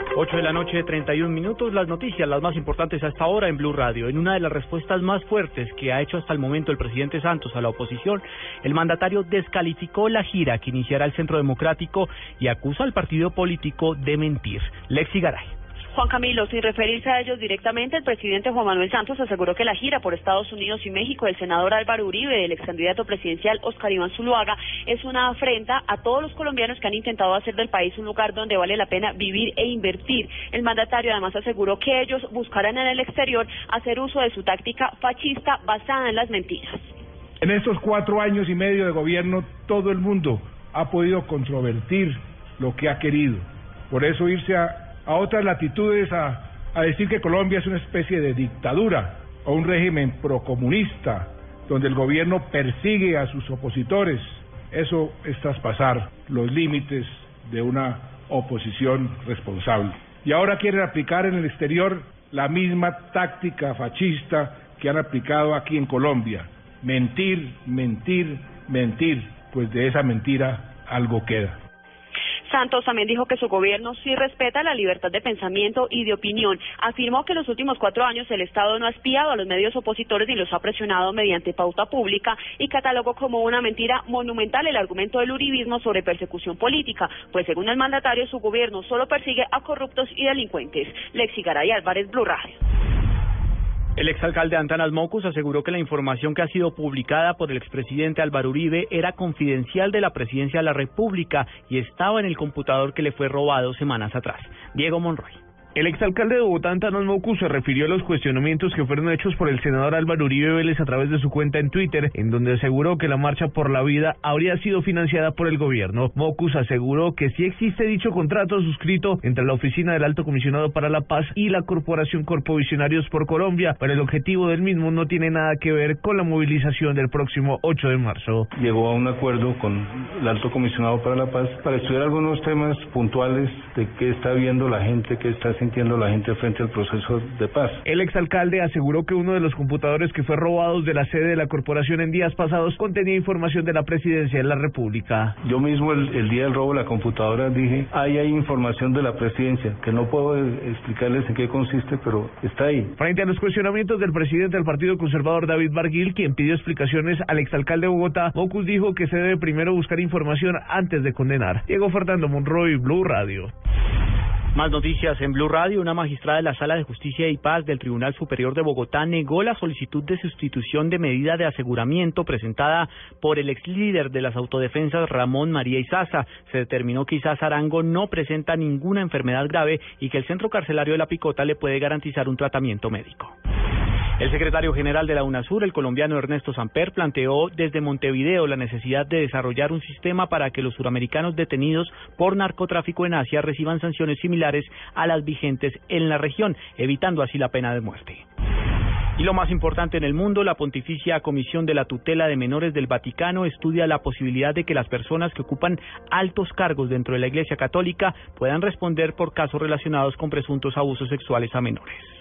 8 de la noche, 31 minutos, las noticias, las más importantes hasta ahora en Blue Radio. En una de las respuestas más fuertes que ha hecho hasta el momento el presidente Santos a la oposición, el mandatario descalificó la gira que iniciará el Centro Democrático y acusa al partido político de mentir. Lexi Garay. Juan Camilo, sin referirse a ellos directamente, el presidente Juan Manuel Santos aseguró que la gira por Estados Unidos y México del senador Álvaro Uribe y del ex candidato presidencial Óscar Iván Zuluaga es una afrenta a todos los colombianos que han intentado hacer del país un lugar donde vale la pena vivir e invertir. El mandatario además aseguró que ellos buscarán en el exterior hacer uso de su táctica fascista basada en las mentiras. En estos 4 años y medio de gobierno, todo el mundo ha podido controvertir lo que ha querido. Por eso irse a otras latitudes a decir que Colombia es una especie de dictadura o un régimen procomunista donde el gobierno persigue a sus opositores, eso es traspasar los límites de una oposición responsable. Y ahora quieren aplicar en el exterior la misma táctica fascista que han aplicado aquí en Colombia: mentir, mentir, mentir, pues de esa mentira algo queda. Santos también dijo que su gobierno sí respeta la libertad de pensamiento y de opinión. Afirmó que en los últimos 4 años el Estado no ha espiado a los medios opositores ni los ha presionado mediante pauta pública y catalogó como una mentira monumental el argumento del uribismo sobre persecución política, pues según el mandatario su gobierno solo persigue a corruptos y delincuentes. Lexi Garay Álvarez, Blue Radio. El exalcalde Antanas Mockus aseguró que la información que ha sido publicada por el expresidente Álvaro Uribe era confidencial de la Presidencia de la República y estaba en el computador que le fue robado semanas atrás. Diego Monroy. El exalcalde de Bogotá, Antanas Mockus, se refirió a los cuestionamientos que fueron hechos por el senador Álvaro Uribe Vélez a través de su cuenta en Twitter, en donde aseguró que la Marcha por la Vida habría sido financiada por el gobierno. Mockus aseguró que sí existe dicho contrato suscrito entre la Oficina del Alto Comisionado para la Paz y la Corporación Corpovisionarios por Colombia, pero el objetivo del mismo no tiene nada que ver con la movilización del próximo 8 de marzo. Llegó a un acuerdo con el Alto Comisionado para la Paz para estudiar algunos temas puntuales de qué está viendo la gente, qué está sintiendo la gente frente al proceso de paz. El exalcalde aseguró que uno de los computadores que fue robados de la sede de la corporación en días pasados contenía información de la Presidencia de la República. Yo mismo el día del robo de la computadora dije, ahí hay información de la Presidencia, que no puedo explicarles en qué consiste, pero está ahí. Frente a los cuestionamientos del presidente del Partido Conservador, David Barguil, quien pidió explicaciones al exalcalde de Bogotá, Mockus dijo que se debe primero buscar información antes de condenar. Diego Fernando Monroy, Blue Radio. Más noticias en Blue Radio. Una magistrada de la Sala de Justicia y Paz del Tribunal Superior de Bogotá negó la solicitud de sustitución de medida de aseguramiento presentada por el ex líder de las autodefensas Ramón María Izaza. Se determinó que Izaza Arango no presenta ninguna enfermedad grave y que el centro carcelario de La Picota le puede garantizar un tratamiento médico. El secretario general de la UNASUR, el colombiano Ernesto Samper, planteó desde Montevideo la necesidad de desarrollar un sistema para que los suramericanos detenidos por narcotráfico en Asia reciban sanciones similares a las vigentes en la región, evitando así la pena de muerte. Y lo más importante en el mundo, la Pontificia Comisión de la Tutela de Menores del Vaticano estudia la posibilidad de que las personas que ocupan altos cargos dentro de la Iglesia Católica puedan responder por casos relacionados con presuntos abusos sexuales a menores.